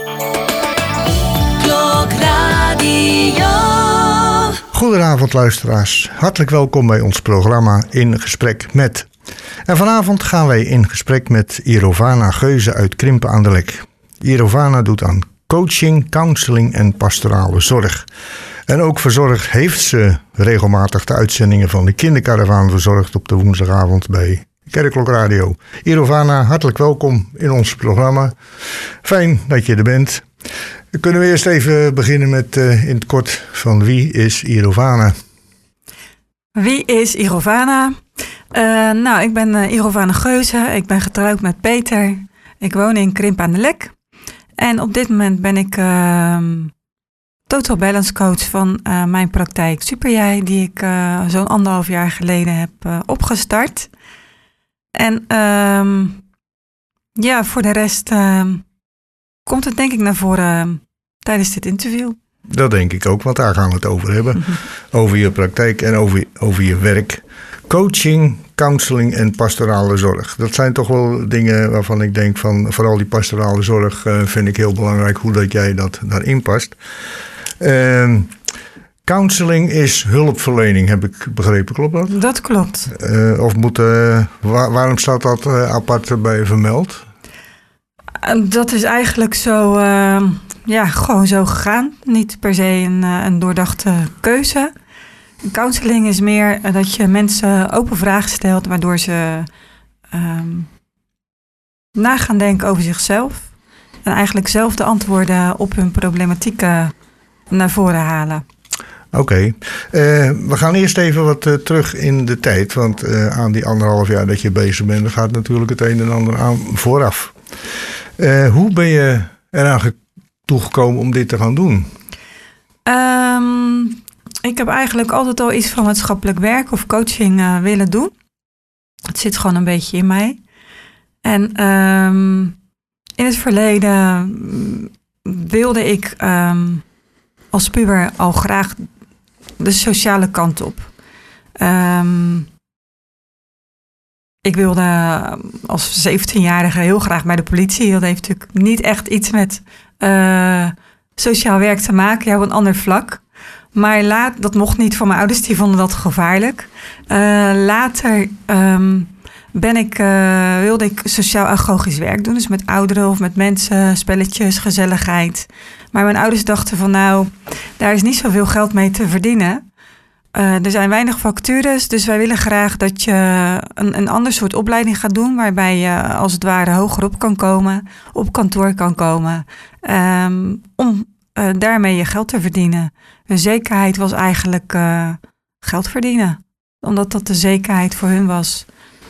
Klokradio. Goedenavond luisteraars, hartelijk welkom bij ons programma In Gesprek Met. En vanavond gaan wij in gesprek met Irovana Geuze uit Krimpen aan de Lek. Irovana doet aan coaching, counseling en pastorale zorg. En ook verzorgd heeft ze regelmatig de uitzendingen van de kinderkaravaan verzorgd op de woensdagavond bij Kerkklokradio. Irovana, hartelijk welkom in ons programma. Fijn dat je er bent. Kunnen we eerst even beginnen met in het kort van wie is Irovana? Wie is Irovana? Ik ben Irovana Geuze. Ik ben getrouwd met Peter. Ik woon in Krimpen aan de Lek. En op dit moment ben ik Total Balance Coach van mijn praktijk Superjij, die ik zo'n 1,5 jaar geleden heb opgestart. En voor de rest komt het denk ik naar voren tijdens dit interview. Dat denk ik ook, want daar gaan we het over hebben. Over je praktijk en over je werk. Coaching, counseling en pastorale zorg. Dat zijn toch wel dingen waarvan ik denk van, vooral die pastorale zorg vind ik heel belangrijk hoe dat jij dat daarin past. Counseling is hulpverlening, heb ik begrepen. Klopt dat? Dat klopt. Waarom staat dat apart bij vermeld? Dat is eigenlijk zo, gewoon zo gegaan. Niet per se een doordachte keuze. Counseling is meer dat je mensen open vragen stelt, waardoor ze na gaan denken over zichzelf. En eigenlijk zelf de antwoorden op hun problematieken naar voren halen. Oké. We gaan eerst even wat terug in de tijd. Want aan die 1,5 jaar dat je bezig bent, er gaat natuurlijk het een en ander aan vooraf. Hoe ben je eraan toegekomen om dit te gaan doen? Ik heb eigenlijk altijd al iets van maatschappelijk werk of coaching willen doen. Het zit gewoon een beetje in mij. En in het verleden wilde ik als puber al graag de sociale kant op. Ik wilde als 17-jarige heel graag bij de politie. Dat heeft natuurlijk niet echt iets met sociaal werk te maken. Ja, op een ander vlak. Maar dat mocht niet van mijn ouders. Die vonden dat gevaarlijk. Later wilde ik sociaal-agogisch werk doen. Dus met ouderen of met mensen, spelletjes, gezelligheid. Maar mijn ouders dachten van daar is niet zoveel geld mee te verdienen. Er zijn weinig vacatures, dus wij willen graag dat je een ander soort opleiding gaat doen, waarbij je als het ware hogerop kan komen, op kantoor kan komen, om daarmee je geld te verdienen. De zekerheid was eigenlijk geld verdienen, omdat dat de zekerheid voor hun was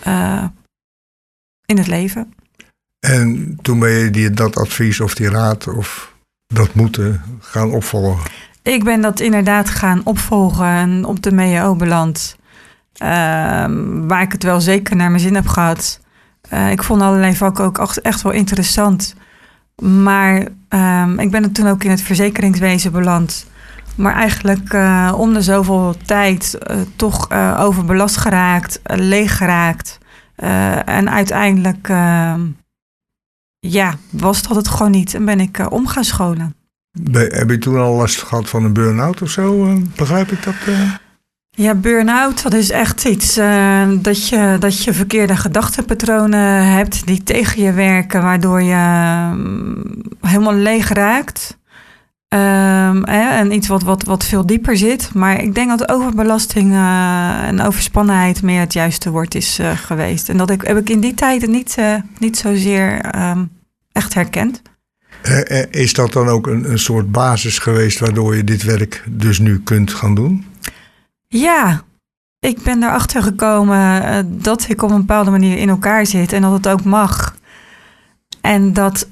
in het leven. En toen ben je dat advies of die raad of dat moeten gaan opvolgen? Ik ben dat inderdaad gaan opvolgen en op de MEO beland. Waar ik het wel zeker naar mijn zin heb gehad. Ik vond allerlei vakken ook echt wel interessant. Maar ik ben er toen ook in het verzekeringswezen beland. Maar eigenlijk om de zoveel tijd toch overbelast geraakt, leeg geraakt. En uiteindelijk was dat het gewoon niet. En ben ik om gaan scholen. Heb je toen al last gehad van een burn-out of zo? Begrijp ik dat? Ja, burn-out, dat is echt iets dat je verkeerde gedachtenpatronen hebt die tegen je werken, waardoor je helemaal leeg raakt. En iets wat veel dieper zit. Maar ik denk dat overbelasting en overspannenheid meer het juiste woord is geweest. En dat heb ik in die tijd niet zozeer echt herkend. Is dat dan ook een soort basis geweest waardoor je dit werk dus nu kunt gaan doen? Ja, ik ben erachter gekomen dat ik op een bepaalde manier in elkaar zit en dat het ook mag. En dat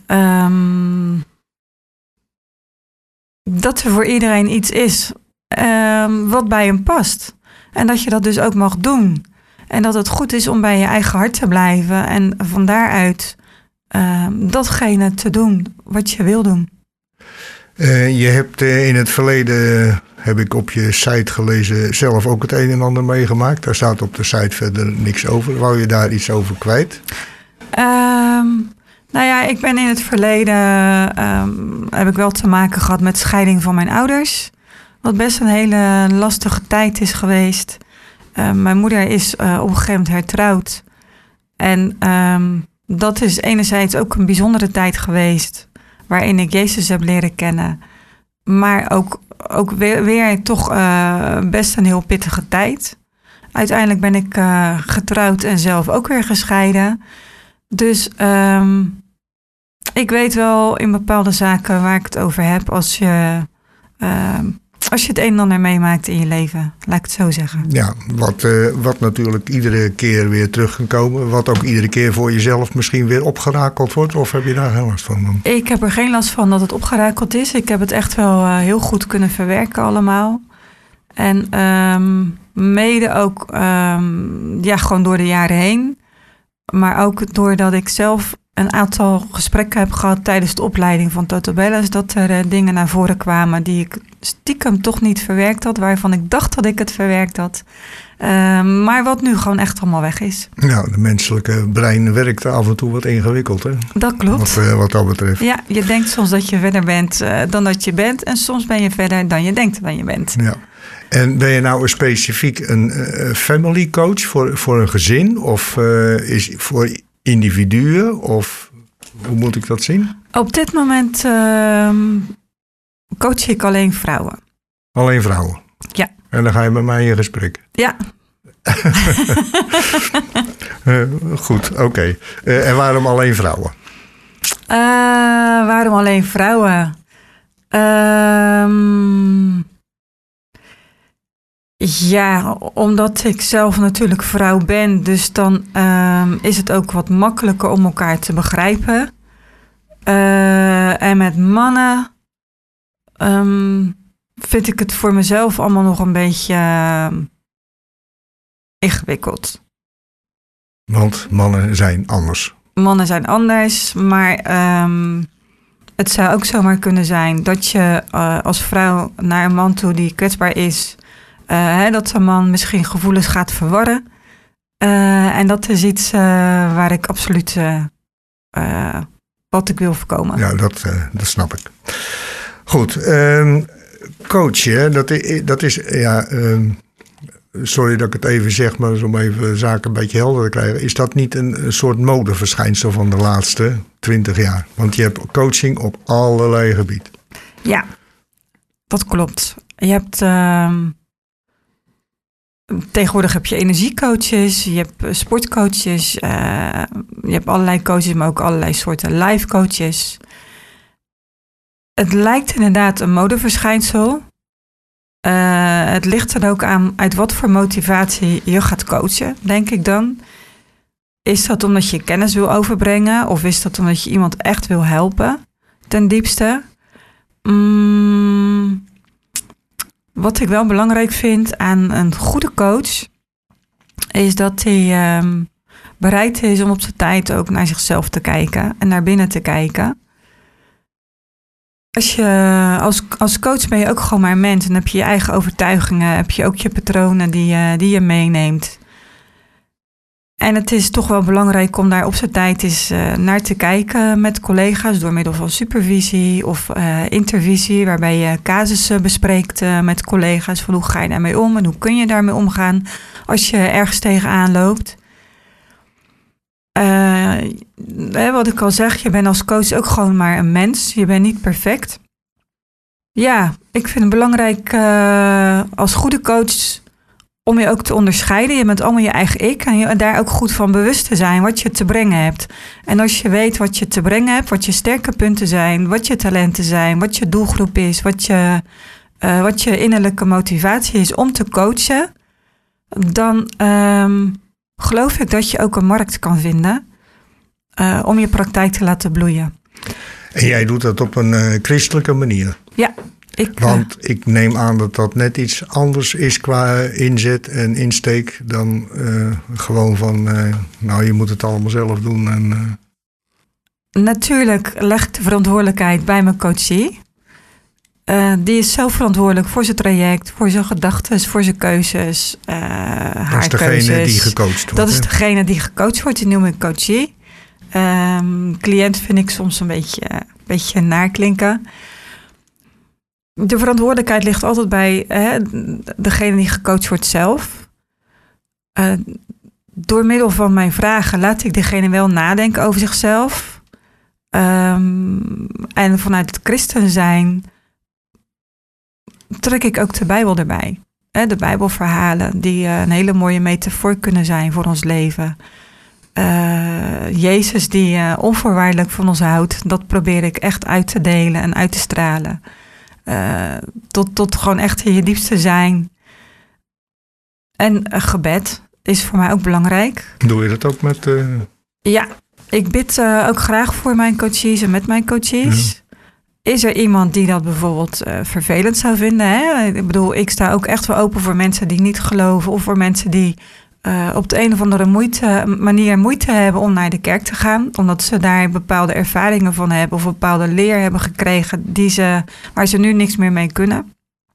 er voor iedereen iets is wat bij hem past. En dat je dat dus ook mag doen. En dat het goed is om bij je eigen hart te blijven en van daaruit datgene te doen wat je wil doen. Je hebt in het verleden, heb ik op je site gelezen, zelf ook het een en ander meegemaakt. Daar staat op de site verder niks over. Wou je daar iets over kwijt? Nou ja, ik ben in het verleden... heb ik wel te maken gehad met scheiding van mijn ouders. Wat best een hele lastige tijd is geweest. Mijn moeder is op een gegeven moment hertrouwd. En dat is enerzijds ook een bijzondere tijd geweest... waarin ik Jezus heb leren kennen. Maar ook weer toch best een heel pittige tijd. Uiteindelijk ben ik getrouwd en zelf ook weer gescheiden. Dus ik weet wel in bepaalde zaken waar ik het over heb... als je het een en ander meemaakt in je leven, laat ik het zo zeggen. Ja, wat natuurlijk iedere keer weer terug kan komen. Wat ook iedere keer voor jezelf misschien weer opgerakeld wordt. Of heb je daar geen last van? Ik heb er geen last van dat het opgerakeld is. Ik heb het echt wel heel goed kunnen verwerken allemaal. En mede ook gewoon door de jaren heen. Maar ook doordat ik zelf een aantal gesprekken heb gehad tijdens de opleiding van Total Balance, dat er dingen naar voren kwamen die ik stiekem toch niet verwerkt had, waarvan ik dacht dat ik het verwerkt had. Maar wat nu gewoon echt allemaal weg is. Ja, de menselijke brein werkt af en toe wat ingewikkeld, hè? Dat klopt. Wat dat betreft. Ja, je denkt soms dat je verder bent dan dat je bent. En soms ben je verder dan je denkt dan je bent. Ja. En ben je nou specifiek een family coach voor een gezin? Of is voor individuen? Of hoe moet ik dat zien? Op dit moment coach ik alleen vrouwen. Alleen vrouwen? Ja. En dan ga je met mij in gesprek? Ja. Goed, oké. En waarom alleen vrouwen? Waarom alleen vrouwen? Ja, omdat ik zelf natuurlijk vrouw ben. Dus dan is het ook wat makkelijker om elkaar te begrijpen. En met mannen vind ik het voor mezelf allemaal nog een beetje ingewikkeld. Want mannen zijn anders. Mannen zijn anders, maar het zou ook zomaar kunnen zijn dat je als vrouw naar een man toe die kwetsbaar is, dat zo'n man misschien gevoelens gaat verwarren. En dat is iets waar ik absoluut wat ik wil voorkomen. Ja, dat snap ik. Goed, coachen, dat is ja. Sorry dat ik het even zeg, maar om even zaken een beetje helder te krijgen. Is dat niet een soort modeverschijnsel van de laatste 20 jaar? Want je hebt coaching op allerlei gebieden. Ja, dat klopt. Je hebt tegenwoordig heb je energiecoaches, je hebt sportcoaches, je hebt allerlei coaches, maar ook allerlei soorten life coaches. Het lijkt inderdaad een modeverschijnsel. Het ligt er ook aan uit wat voor motivatie je gaat coachen, denk ik dan. Is dat omdat je kennis wil overbrengen of is dat omdat je iemand echt wil helpen, ten diepste? Wat ik wel belangrijk vind aan een goede coach, is dat hij bereid is om op zijn tijd ook naar zichzelf te kijken en naar binnen te kijken. Als coach ben je ook gewoon maar een mens en heb je je eigen overtuigingen, heb je ook je patronen die je meeneemt. En het is toch wel belangrijk om daar op zijn tijd eens naar te kijken met collega's door middel van supervisie of intervisie, waarbij je casussen bespreekt met collega's van hoe ga je daarmee om en hoe kun je daarmee omgaan als je ergens tegenaan loopt. Wat ik al zeg, je bent als coach ook gewoon maar een mens. Je bent niet perfect. Ja, ik vind het belangrijk als goede coach om je ook te onderscheiden. Je bent allemaal je eigen ik en je daar ook goed van bewust te zijn wat je te brengen hebt. En als je weet wat je te brengen hebt, wat je sterke punten zijn, wat je talenten zijn, wat je doelgroep is, wat je innerlijke motivatie is om te coachen, dan geloof ik dat je ook een markt kan vinden om je praktijk te laten bloeien. En jij doet dat op een christelijke manier? Ja. Want ik neem aan dat dat net iets anders is qua inzet en insteek dan gewoon van, je moet het allemaal zelf doen. En, Natuurlijk leg ik de verantwoordelijkheid bij mijn coachie. Die is zelf verantwoordelijk voor zijn traject, voor zijn gedachten, voor zijn keuzes, haar keuzes. Dat is degene die gecoacht wordt. Dat is degene die gecoacht wordt, die noem ik coachie. Cliënt vind ik soms een beetje naarklinken. De verantwoordelijkheid ligt altijd bij degene die gecoacht wordt zelf. Door middel van mijn vragen laat ik degene wel nadenken over zichzelf. En vanuit het christen zijn trek ik ook de Bijbel erbij. De Bijbelverhalen die een hele mooie metafoor kunnen zijn voor ons leven. Jezus die onvoorwaardelijk van ons houdt, dat probeer ik echt uit te delen en uit te stralen. Tot gewoon echt je diepste zijn. En gebed is voor mij ook belangrijk. Doe je dat ook met... Ja, ik bid ook graag voor mijn coaches en met mijn coaches. Ja. Is er iemand die dat bijvoorbeeld vervelend zou vinden? Hè? Ik bedoel, ik sta ook echt wel open voor mensen die niet geloven. Of voor mensen die op de een of andere manier moeite hebben om naar de kerk te gaan. Omdat ze daar bepaalde ervaringen van hebben. Of een bepaalde leer hebben gekregen waar ze nu niks meer mee kunnen.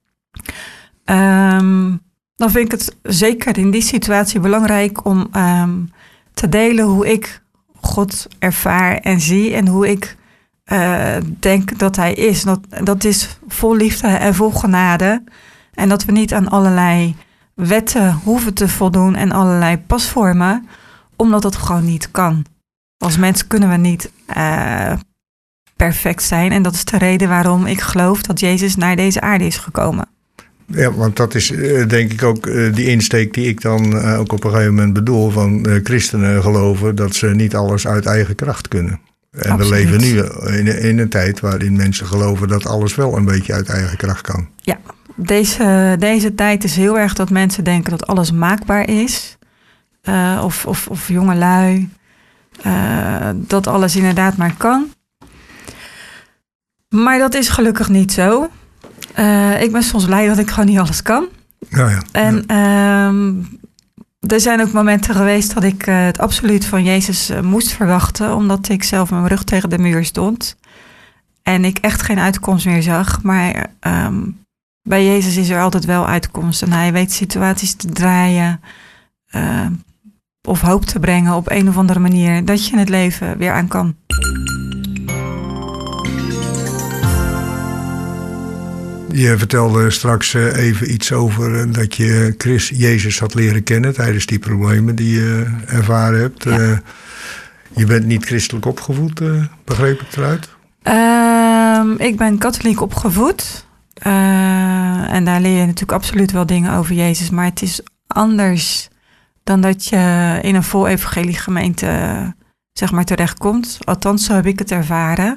Dan vind ik het zeker in die situatie belangrijk om te delen hoe ik God ervaar en zie. En hoe ik denk dat hij is. Dat is vol liefde en vol genade. En dat we niet aan allerlei wetten hoeven te voldoen en allerlei pasvormen, omdat dat gewoon niet kan. Als mens kunnen we niet perfect zijn. En dat is de reden waarom ik geloof dat Jezus naar deze aarde is gekomen. Ja, want dat is denk ik ook die insteek die ik dan ook op een gegeven moment bedoel. Van christenen geloven dat ze niet alles uit eigen kracht kunnen. En absoluut. We leven nu in een tijd waarin mensen geloven dat alles wel een beetje uit eigen kracht kan. Ja, deze tijd is heel erg dat mensen denken dat alles maakbaar is. Of jongelui. Dat alles inderdaad maar kan. Maar dat is gelukkig niet zo. Ik ben soms blij dat ik gewoon niet alles kan. Ja. En er zijn ook momenten geweest dat ik het absoluut van Jezus moest verwachten. Omdat ik zelf met mijn rug tegen de muur stond. En ik echt geen uitkomst meer zag. Maar bij Jezus is er altijd wel uitkomst. En hij weet situaties te draaien. Of hoop te brengen op een of andere manier. Dat je in het leven weer aan kan. Je vertelde straks even iets over dat je Jezus had leren kennen tijdens die problemen die je ervaren hebt. Ja. Je bent niet christelijk opgevoed, begreep ik eruit? Ik ben katholiek opgevoed. En daar leer je natuurlijk absoluut wel dingen over Jezus. Maar het is anders dan dat je in een vol evangelie gemeente zeg maar terechtkomt. Althans, zo heb ik het ervaren.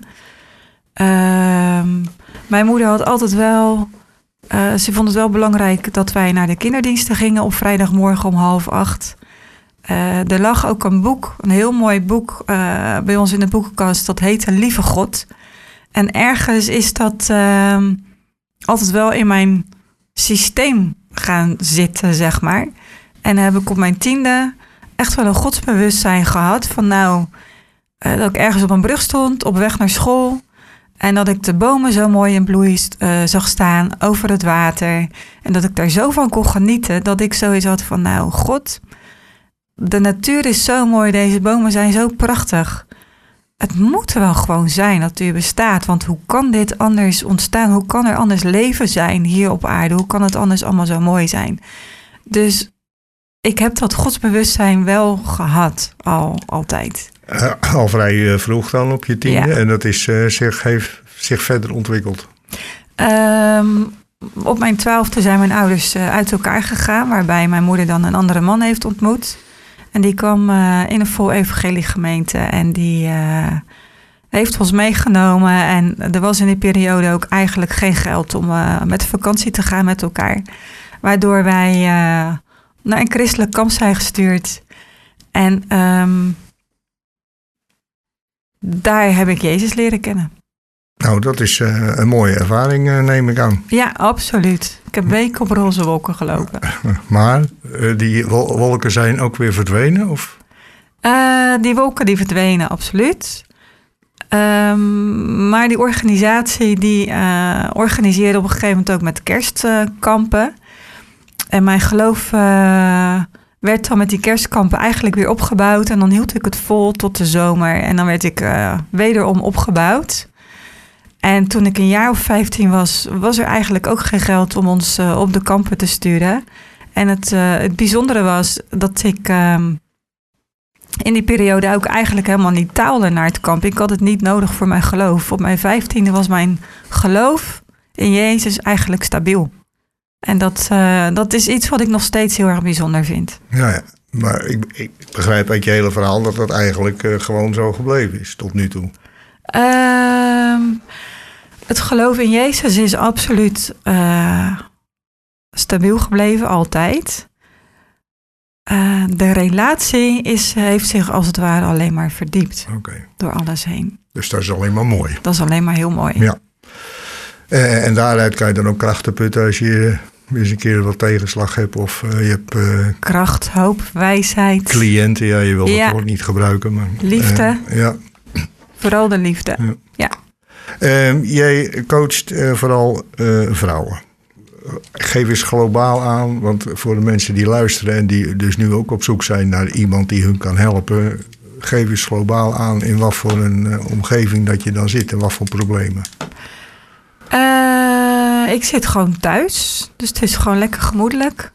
Mijn moeder had altijd wel... ze vond het wel belangrijk dat wij naar de kinderdiensten gingen op vrijdagmorgen om 7:30. Er lag ook een boek, een heel mooi boek bij ons in de boekenkast. Dat heette Lieve God. En ergens is dat altijd wel in mijn systeem gaan zitten, zeg maar. En heb ik op mijn 10e echt wel een godsbewustzijn gehad. Van dat ik ergens op een brug stond, op weg naar school. En dat ik de bomen zo mooi in bloei zag staan over het water. En dat ik daar zo van kon genieten. Dat ik zoiets had van, God, de natuur is zo mooi. Deze bomen zijn zo prachtig. Het moet wel gewoon zijn dat u bestaat. Want hoe kan dit anders ontstaan? Hoe kan er anders leven zijn hier op aarde? Hoe kan het anders allemaal zo mooi zijn? Dus ik heb dat godsbewustzijn wel gehad, altijd. Al vrij vroeg dan op je 10e. Ja. En dat is, heeft zich verder ontwikkeld. Op mijn 12e zijn mijn ouders uit elkaar gegaan. Waarbij mijn moeder dan een andere man heeft ontmoet. En die kwam in een vol evangeliegemeente. En die heeft ons meegenomen. En er was in die periode ook eigenlijk geen geld om met vakantie te gaan met elkaar. Waardoor wij naar een christelijk kamp zijn gestuurd. En daar heb ik Jezus leren kennen. Nou, dat is een mooie ervaring, neem ik aan. Ja, absoluut. Ik heb weken op roze wolken gelopen. Maar die wolken zijn ook weer verdwenen? Of? Die wolken die verdwenen, absoluut. Maar die organisatie die organiseerde op een gegeven moment ook met kerstkampen. En mijn geloof werd dan met die kerstkampen eigenlijk weer opgebouwd. En dan hield ik het vol tot de zomer. En dan werd ik wederom opgebouwd. En toen ik een jaar of 15 was, was er eigenlijk ook geen geld om ons op de kampen te sturen. En het bijzondere was dat ik in die periode ook eigenlijk helemaal niet taalde naar het kamp. Ik had het niet nodig voor mijn geloof. Op mijn 15e was mijn geloof in Jezus eigenlijk stabiel. En dat is iets wat ik nog steeds heel erg bijzonder vind. Ja. Maar ik begrijp uit je hele verhaal dat dat eigenlijk gewoon zo gebleven is tot nu toe. Het geloof in Jezus is absoluut stabiel gebleven, altijd. De relatie heeft zich als het ware alleen maar verdiept. Door alles heen. Dus dat is alleen maar mooi. Dat is alleen maar heel mooi. Ja. En daaruit kan je dan ook krachten putten als je eens een keer wat tegenslag hebt. Of je hebt... kracht, hoop, wijsheid. Cliënten, ja, je wil het woord niet gebruiken. Maar, liefde. Ja. Vooral de liefde, ja. Jij coacht vooral vrouwen. Geef eens globaal aan, want voor de mensen die luisteren en die dus nu ook op zoek zijn naar iemand die hun kan helpen, geef eens globaal aan in wat voor een omgeving dat je dan zit en wat voor problemen. Ik zit gewoon thuis, dus het is gewoon lekker gemoedelijk.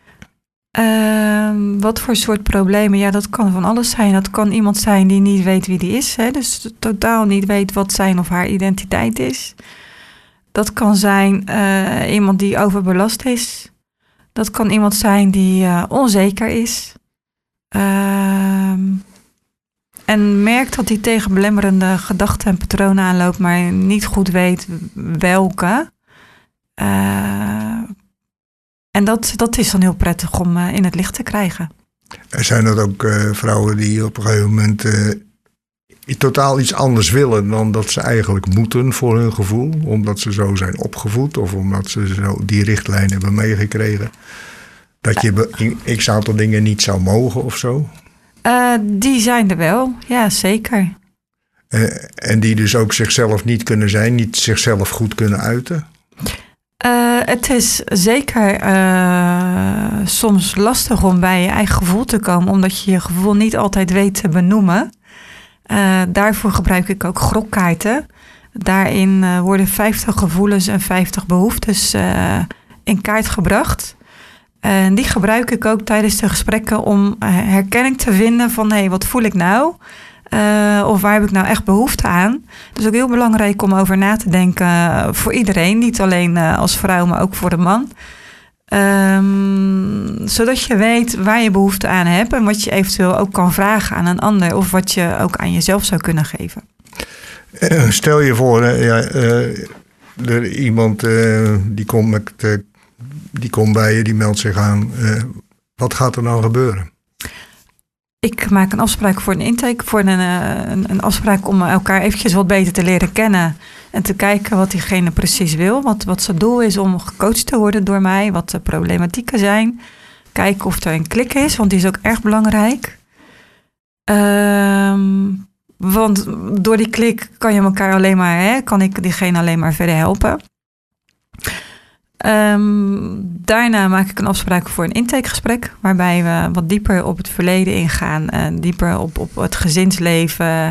Wat voor soort problemen? Ja, dat kan van alles zijn. Dat kan iemand zijn die niet weet wie die is. Hè? Dus totaal niet weet wat zijn of haar identiteit is. Dat kan zijn iemand die overbelast is. Dat kan iemand zijn die onzeker is. En merkt dat hij tegen belemmerende gedachten en patronen aanloopt, maar niet goed weet welke. En dat is dan heel prettig om in het licht te krijgen. Er zijn dat ook vrouwen die op een gegeven moment totaal iets anders willen dan dat ze eigenlijk moeten voor hun gevoel. Omdat ze zo zijn opgevoed of omdat ze zo die richtlijn hebben meegekregen. Dat je x aantal dingen niet zou mogen of zo? Die zijn er wel, ja zeker. En die dus ook zichzelf niet kunnen zijn, niet zichzelf goed kunnen uiten? Het is zeker soms lastig om bij je eigen gevoel te komen, omdat je je gevoel niet altijd weet te benoemen. Daarvoor gebruik ik ook grokkaarten. Daarin worden 50 gevoelens en 50 behoeftes in kaart gebracht. En die gebruik ik ook tijdens de gesprekken om herkenning te vinden van hé, wat voel ik nou? Of waar heb ik nou echt behoefte aan? Het is ook heel belangrijk om over na te denken voor iedereen. Niet alleen als vrouw, maar ook voor de man. Zodat je weet waar je behoefte aan hebt en wat je eventueel ook kan vragen aan een ander. Of wat je ook aan jezelf zou kunnen geven. Stel je voor, iemand die komt bij je, die meldt zich aan. Wat gaat er nou gebeuren? Ik maak een afspraak voor een intake, voor een afspraak om elkaar eventjes wat beter te leren kennen. En te kijken wat diegene precies wil. Wat zijn doel is om gecoacht te worden door mij. Wat de problematieken zijn. Kijken of er een klik is, want die is ook erg belangrijk. Want door die klik kan je elkaar alleen maar, kan ik diegene alleen maar verder helpen. Daarna maak ik een afspraak voor een intakegesprek, waarbij we wat dieper op het verleden ingaan, dieper op het gezinsleven,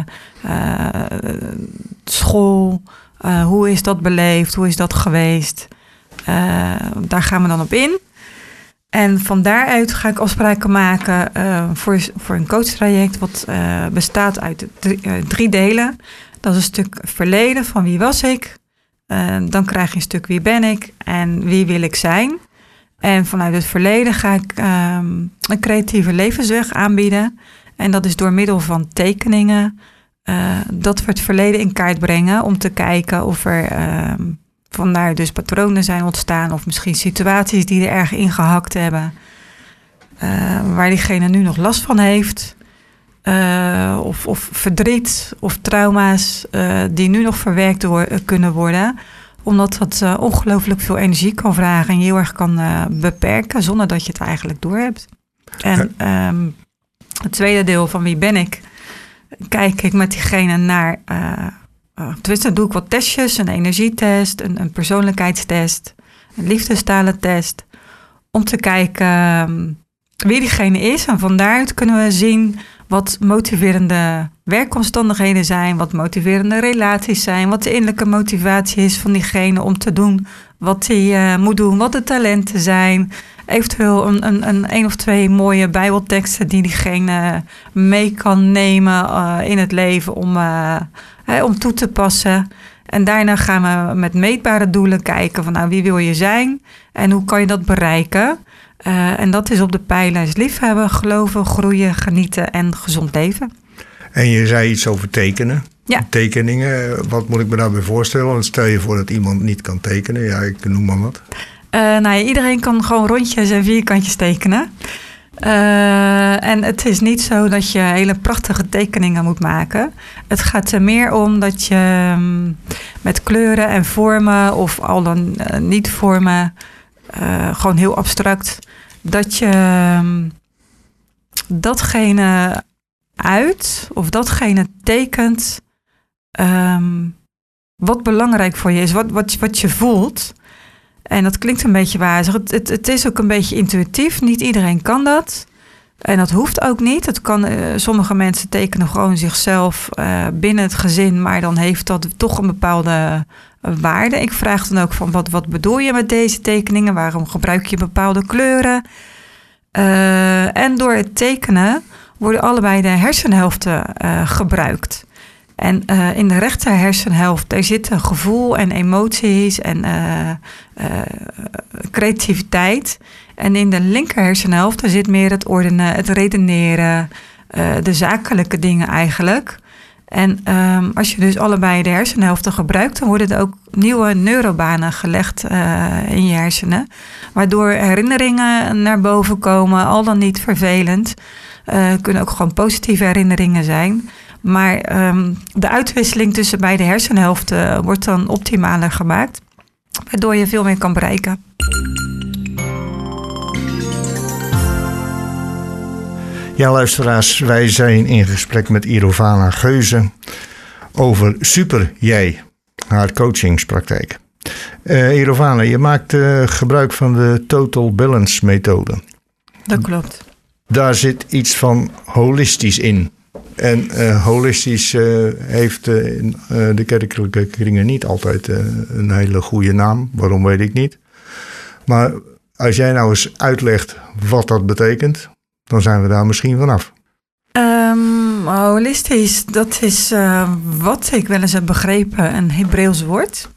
school, hoe is dat beleefd, hoe is dat geweest. Daar gaan we dan op in. En van daaruit ga ik afspraken maken voor een coachtraject wat bestaat uit 3 delen. Dat is een stuk verleden, van wie was ik. Dan krijg je een stuk wie ben ik en wie wil ik zijn. En vanuit het verleden ga ik een creatieve levensweg aanbieden. En dat is door middel van tekeningen. Dat we het verleden in kaart brengen om te kijken of er vandaar dus patronen zijn ontstaan. Of misschien situaties die er erg ingehakt hebben. Waar diegene nu nog last van heeft. Of verdriet of trauma's die nu nog verwerkt kunnen worden. Omdat dat ongelooflijk veel energie kan vragen en je heel erg kan beperken zonder dat je het eigenlijk doorhebt. En het tweede deel van wie ben ik, kijk ik met diegene naar, tenminste doe ik wat testjes, een energietest, een persoonlijkheidstest, een liefdestalentest. Om te kijken wie diegene is. En van daaruit kunnen we zien wat motiverende werkomstandigheden zijn, wat motiverende relaties zijn, wat de innerlijke motivatie is van diegene om te doen wat hij moet doen, wat de talenten zijn. Eventueel een of twee mooie bijbelteksten die diegene mee kan nemen in het leven om toe te passen. En daarna gaan we met meetbare doelen kijken van nou, wie wil je zijn en hoe kan je dat bereiken. En dat is op de pijlers liefhebben, geloven, groeien, genieten en gezond leven. En je zei iets over tekenen. Ja. Tekeningen, wat moet ik me daarbij voorstellen? Want stel je voor dat iemand niet kan tekenen. Ja, ik noem maar wat. Iedereen kan gewoon rondjes en vierkantjes tekenen. En het is niet zo dat je hele prachtige tekeningen moet maken. Het gaat er meer om dat je met kleuren en vormen of al dan niet vormen, gewoon heel abstract, dat je datgene uit of datgene tekent wat belangrijk voor je is, wat je voelt. En dat klinkt een beetje wazig. Het is ook een beetje intuïtief. Niet iedereen kan dat. En dat hoeft ook niet. Het kan, sommige mensen tekenen gewoon zichzelf binnen het gezin, maar dan heeft dat toch een bepaalde waarde. Ik vraag dan ook van wat bedoel je met deze tekeningen? Waarom gebruik je bepaalde kleuren? En door het tekenen worden allebei de hersenhelften gebruikt. En in de rechter hersenhelft, daar zitten gevoel en emoties en creativiteit. En in de linker hersenhelft, daar zit meer het ordenen, het redeneren, de zakelijke dingen eigenlijk. En als je dus allebei de hersenhelften gebruikt, dan worden er ook nieuwe neurobanen gelegd in je hersenen. Waardoor herinneringen naar boven komen, al dan niet vervelend. Kunnen ook gewoon positieve herinneringen zijn. Maar de uitwisseling tussen beide hersenhelften wordt dan optimaler gemaakt. Waardoor je veel meer kan bereiken. Ja, luisteraars, wij zijn in gesprek met Irovana Geuze over Super Jij, haar coachingspraktijk. Irovana, je maakt gebruik van de Total Balance methode. Dat klopt. Daar zit iets van holistisch in. En holistisch heeft in de kerkelijke kringen niet altijd een hele goede naam. Waarom weet ik niet. Maar als jij nou eens uitlegt wat dat betekent, dan zijn we daar misschien vanaf. Holistisch, dat is wat ik wel eens heb begrepen, een Hebreeuws woord.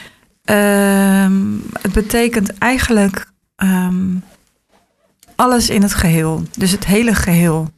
Het betekent eigenlijk alles in het geheel. Dus het hele geheel.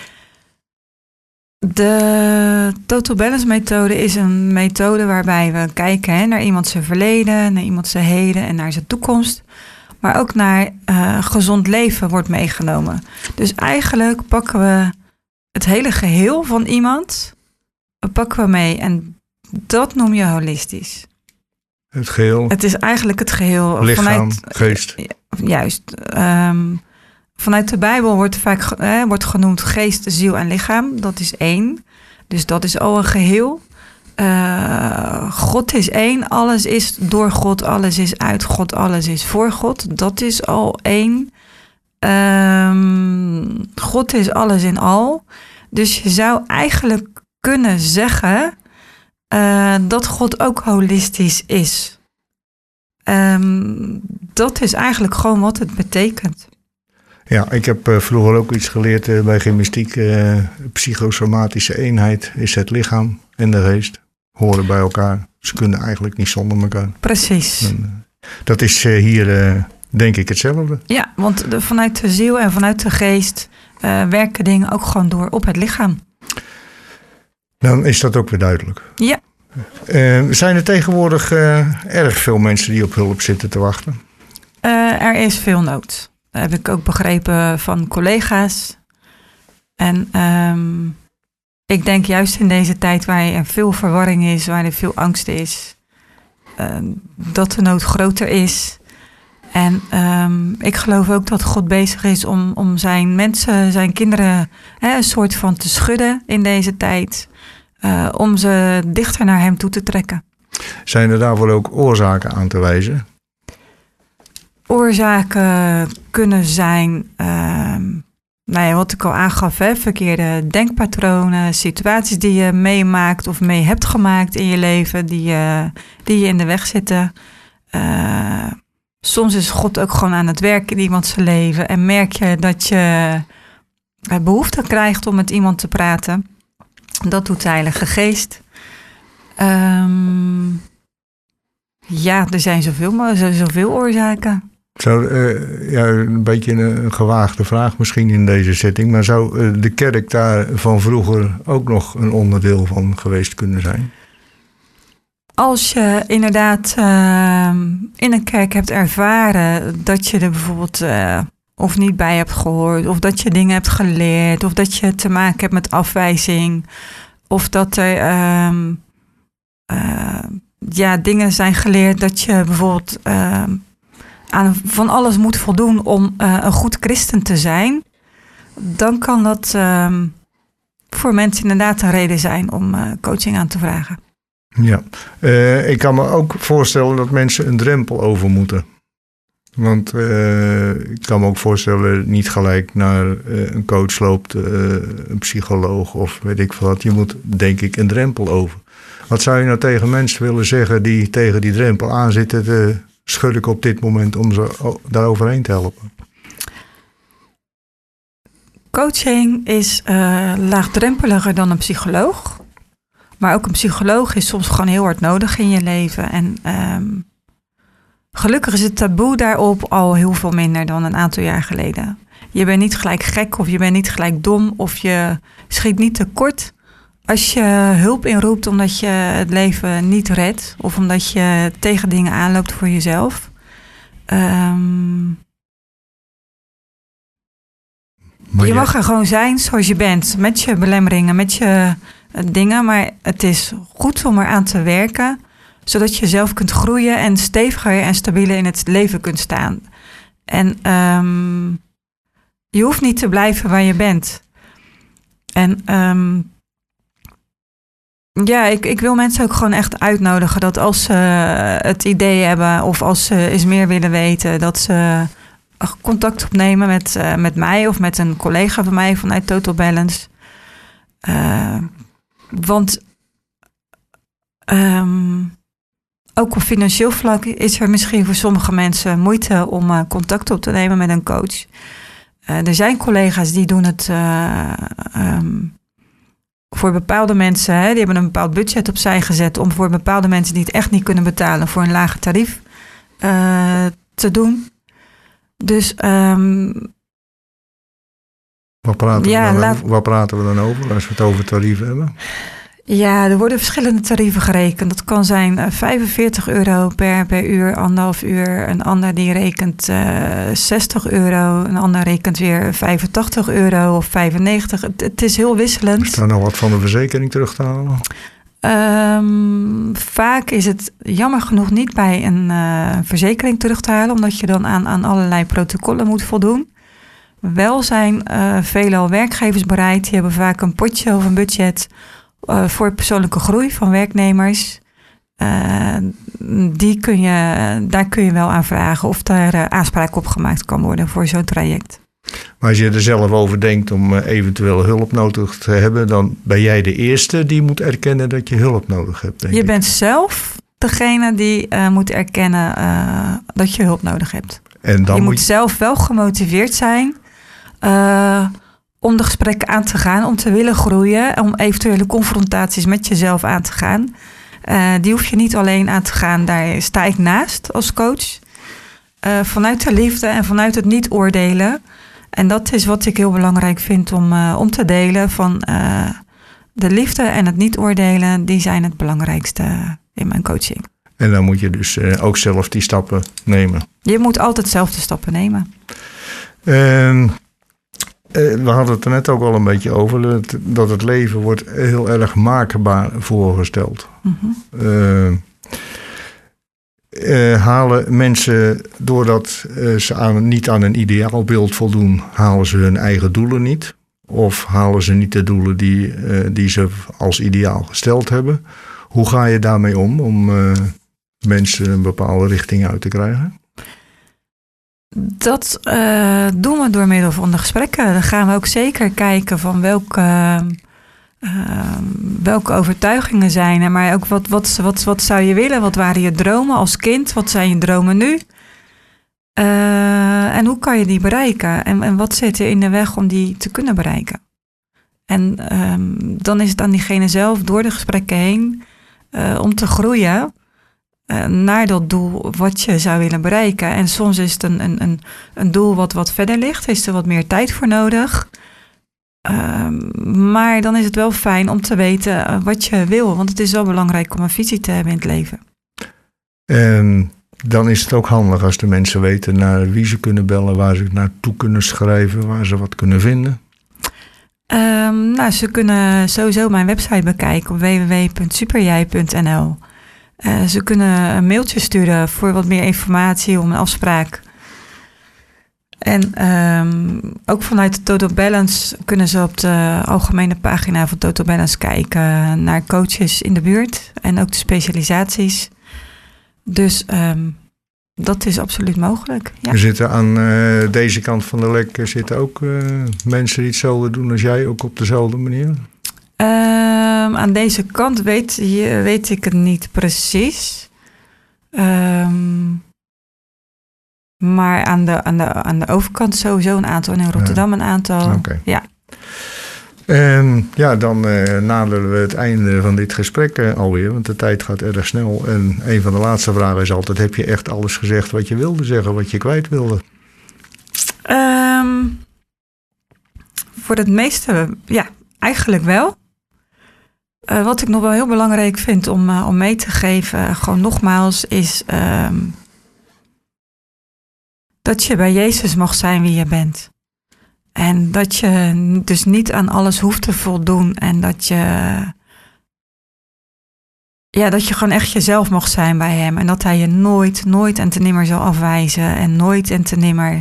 De Total Balance methode is een methode waarbij we kijken naar iemand zijn verleden, naar iemand zijn heden en naar zijn toekomst. Maar ook naar gezond leven wordt meegenomen. Dus eigenlijk pakken we het hele geheel van iemand pakken we mee. En dat noem je holistisch. Het geheel. Het is eigenlijk het geheel. Lichaam, geest. Juist. Vanuit de Bijbel wordt vaak wordt genoemd geest, ziel en lichaam. Dat is één. Dus dat is al een geheel. God is één. Alles is door God. Alles is uit God. Alles is voor God. Dat is al één. God is alles in al. Dus je zou eigenlijk kunnen zeggen dat God ook holistisch is. Dat is eigenlijk gewoon wat het betekent. Ja, ik heb vroeger ook iets geleerd bij gymnastiek. Psychosomatische eenheid is het lichaam en de geest. Horen bij elkaar. Ze kunnen eigenlijk niet zonder elkaar. Precies. En, dat is hier denk ik hetzelfde. Ja, want vanuit de ziel en vanuit de geest werken dingen ook gewoon door op het lichaam. Dan is dat ook weer duidelijk. Ja. Zijn er tegenwoordig erg veel mensen die op hulp zitten te wachten? Er is veel nood. Dat heb ik ook begrepen van collega's. En ik denk juist in deze tijd waar er veel verwarring is, waar er veel angst is, dat de nood groter is. En ik geloof ook dat God bezig is om zijn mensen, zijn kinderen een soort van te schudden in deze tijd. Om ze dichter naar hem toe te trekken. Zijn er daarvoor ook oorzaken aan te wijzen? Oorzaken kunnen zijn, wat ik al aangaf, verkeerde denkpatronen, situaties die je meemaakt of mee hebt gemaakt in je leven, die je in de weg zitten. Soms is God ook gewoon aan het werk in iemands leven en merk je dat je behoefte krijgt om met iemand te praten. Dat doet de Heilige Geest. Er zijn zoveel oorzaken. Een beetje een gewaagde vraag misschien in deze setting, maar zou de kerk daar van vroeger ook nog een onderdeel van geweest kunnen zijn? Als je inderdaad in een kerk hebt ervaren dat je er bijvoorbeeld of niet bij hebt gehoord, of dat je dingen hebt geleerd, of dat je te maken hebt met afwijzing, of dat er dingen zijn geleerd dat je bijvoorbeeld aan van alles moet voldoen om een goed christen te zijn, dan kan dat voor mensen inderdaad een reden zijn om coaching aan te vragen. Ja, ik kan me ook voorstellen dat mensen een drempel over moeten. Want ik kan me ook voorstellen, niet gelijk naar een coach loopt, een psycholoog of weet ik veel wat. Je moet denk ik een drempel over. Wat zou je nou tegen mensen willen zeggen die tegen die drempel aan zitten te schurken op dit moment om ze daar overheen te helpen? Coaching is laagdrempeliger dan een psycholoog. Maar ook een psycholoog is soms gewoon heel hard nodig in je leven. En gelukkig is het taboe daarop al heel veel minder dan een aantal jaar geleden. Je bent niet gelijk gek of je bent niet gelijk dom of je schiet niet tekort als je hulp inroept omdat je het leven niet redt of omdat je tegen dingen aanloopt voor jezelf. Je mag er gewoon zijn zoals je bent, met je belemmeringen, met je dingen. Maar het is goed om eraan te werken, zodat je zelf kunt groeien en steviger en stabieler in het leven kunt staan. En je hoeft niet te blijven waar je bent. En ik wil mensen ook gewoon echt uitnodigen dat als ze het idee hebben of als ze eens meer willen weten, dat ze contact opnemen met mij of met een collega van mij vanuit Total Balance. Want ook op financieel vlak is er misschien voor sommige mensen moeite om contact op te nemen met een coach. Er zijn collega's die doen het voor bepaalde mensen. Die hebben een bepaald budget opzij gezet om voor bepaalde mensen die het echt niet kunnen betalen voor een lager tarief te doen. Dus waar praten we dan over als we het over tarieven hebben? Ja, er worden verschillende tarieven gerekend. Dat kan zijn €45 per uur, 1,5 uur. Een ander die rekent €60. Een ander rekent weer €85 of 95. Het is heel wisselend. Is daar nou wat van de verzekering terug te halen? Vaak is het jammer genoeg niet bij een verzekering terug te halen, omdat je dan aan allerlei protocollen moet voldoen. Wel zijn veelal werkgevers bereid. Die hebben vaak een potje of een budget voor persoonlijke groei van werknemers. Daar kun je wel aan vragen of daar aanspraak op gemaakt kan worden voor zo'n traject. Maar als je er zelf over denkt om eventueel hulp nodig te hebben, dan ben jij de eerste die moet erkennen dat je hulp nodig hebt. Denk je ik. bent zelf degene die moet erkennen dat je hulp nodig hebt. En dan je moet zelf wel gemotiveerd zijn om de gesprekken aan te gaan, om te willen groeien, om eventuele confrontaties met jezelf aan te gaan. Die hoef je niet alleen aan te gaan, daar sta ik naast als coach. Vanuit de liefde en vanuit het niet oordelen. En dat is wat ik heel belangrijk vind om te delen. Van de liefde en het niet oordelen, die zijn het belangrijkste in mijn coaching. En dan moet je dus ook zelf die stappen nemen. Je moet altijd zelf de stappen nemen. We hadden het er net ook al een beetje over. Dat het leven wordt heel erg maakbaar voorgesteld. Mm-hmm. Halen mensen, doordat ze niet aan een ideaalbeeld voldoen, halen ze hun eigen doelen niet? Of halen ze niet de doelen die ze als ideaal gesteld hebben? Hoe ga je daarmee om mensen een bepaalde richting uit te krijgen? Dat doen we door middel van de gesprekken. Dan gaan we ook zeker kijken van welke overtuigingen zijn er. Maar ook wat zou je willen? Wat waren je dromen als kind? Wat zijn je dromen nu? En hoe kan je die bereiken? En wat zit er in de weg om die te kunnen bereiken? En dan is het aan diegene zelf door de gesprekken heen om te groeien naar dat doel wat je zou willen bereiken. En soms is het een doel wat verder ligt. Is er wat meer tijd voor nodig. Maar dan is het wel fijn om te weten wat je wil. Want het is wel belangrijk om een visie te hebben in het leven. Dan is het ook handig als de mensen weten naar wie ze kunnen bellen, waar ze naartoe kunnen schrijven, waar ze wat kunnen vinden. Ze kunnen sowieso mijn website bekijken op www.superjij.nl. Ze kunnen een mailtje sturen voor wat meer informatie om een afspraak. En ook vanuit de Total Balance kunnen ze op de algemene pagina van Total Balance kijken naar coaches in de buurt en ook de specialisaties. Dus dat is absoluut mogelijk. Ja. Er zitten aan deze kant van de lek zitten ook mensen die hetzelfde doen als jij, ook op dezelfde manier? Aan deze kant weet ik het niet precies. Maar aan de overkant sowieso een aantal. En in Rotterdam een aantal. Okay. Ja. Dan naderen we het einde van dit gesprek alweer. Want de tijd gaat erg snel. En een van de laatste vragen is altijd: heb je echt alles gezegd wat je wilde zeggen? Wat je kwijt wilde? Voor het meeste, ja, eigenlijk wel. Wat ik nog wel heel belangrijk vind om mee te geven, gewoon nogmaals, is dat je bij Jezus mag zijn wie je bent. En dat je dus niet aan alles hoeft te voldoen. En dat je gewoon echt jezelf mag zijn bij hem. En dat hij je nooit en te nimmer zal afwijzen. En nooit en te nimmer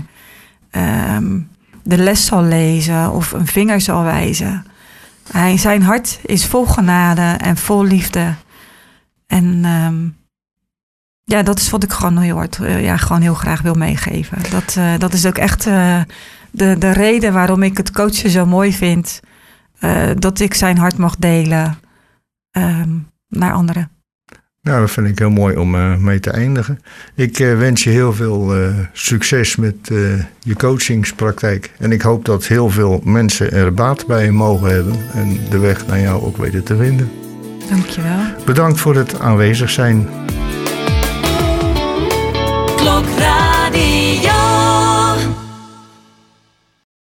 de les zal lezen of een vinger zal wijzen. Zijn hart is vol genade en vol liefde. En dat is wat ik gewoon heel graag wil meegeven. Dat is ook echt de reden waarom ik het coachen zo mooi vind. Dat ik zijn hart mag delen naar anderen. Nou, dat vind ik heel mooi om mee te eindigen. Ik wens je heel veel succes met je coachingspraktijk. En ik hoop dat heel veel mensen er baat bij mogen hebben. En de weg naar jou ook weten te vinden. Dankjewel. Bedankt voor het aanwezig zijn. Klokradio.